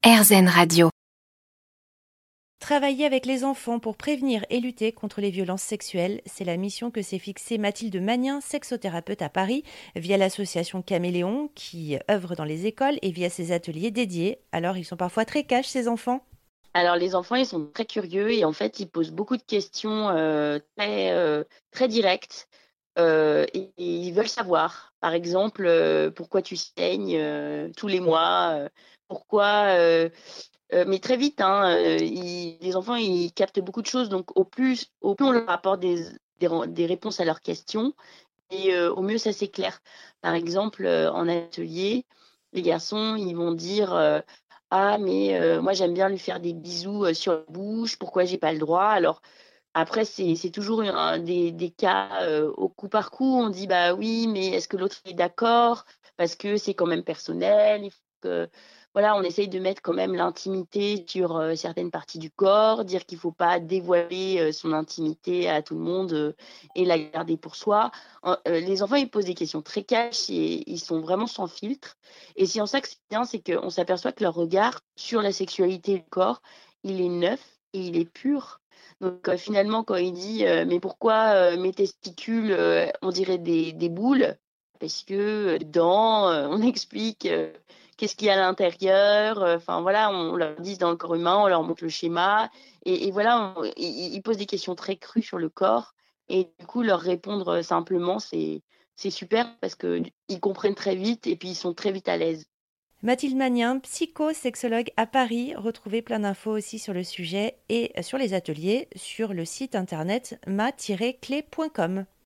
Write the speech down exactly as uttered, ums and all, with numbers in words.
AirZen Radio. Travailler avec les enfants pour prévenir et lutter contre les violences sexuelles, c'est la mission que s'est fixée Mathilde Magnin, sexothérapeute à Paris, via l'association Caméléon, qui œuvre dans les écoles et via ses ateliers dédiés. Alors, ils sont parfois très cash, ces enfants. Alors, les enfants, ils sont très curieux et en fait, ils posent beaucoup de questions euh, très, euh, très directes euh, et, et ils veulent savoir. Par exemple, euh, pourquoi tu saignes euh, tous les mois euh, Pourquoi euh, euh, Mais très vite, hein, euh, ils- les enfants, ils captent beaucoup de choses. Donc, au plus, au plus on leur apporte des, des, des réponses à leurs questions, et euh, au mieux, ça s'éclaire. Par exemple, euh, en atelier, les garçons, ils vont dire euh, ah, mais euh, moi, j'aime bien lui faire des bisous euh, sur la bouche, pourquoi j'ai pas le droit? Alors, après, c'est, c'est toujours un, des, des cas euh, au coup par coup. On dit bah oui, mais est-ce que l'autre est d'accord? Parce que c'est quand même personnel. Il faut que, voilà, on essaye de mettre quand même l'intimité sur euh, certaines parties du corps, dire qu'il faut pas dévoiler euh, son intimité à tout le monde euh, et la garder pour soi. En- euh, les enfants, ils posent des questions très cash et ils sont vraiment sans filtre. Et c'est en ça que c'est bien, c'est qu'on s'aperçoit que leur regard sur la sexualité et le corps, il est neuf et il est pur. Donc euh, finalement, quand il dit euh, mais pourquoi euh, mes testicules, euh, on dirait des, des boules, parce que euh, dedans, euh, on explique euh, qu'est-ce qu'il y a à l'intérieur. euh, Enfin voilà, on leur dit dans le corps humain, on leur montre le schéma, et, et voilà, on- ils, ils posent des questions très crues sur le corps, et du coup leur répondre simplement, c'est c'est super parce que ils comprennent très vite et puis ils sont très vite à l'aise. Mathilde Magnin, psycho-sexologue à Paris. Retrouvez plein d'infos aussi sur le sujet et sur les ateliers sur le site internet ma tiret clé point com.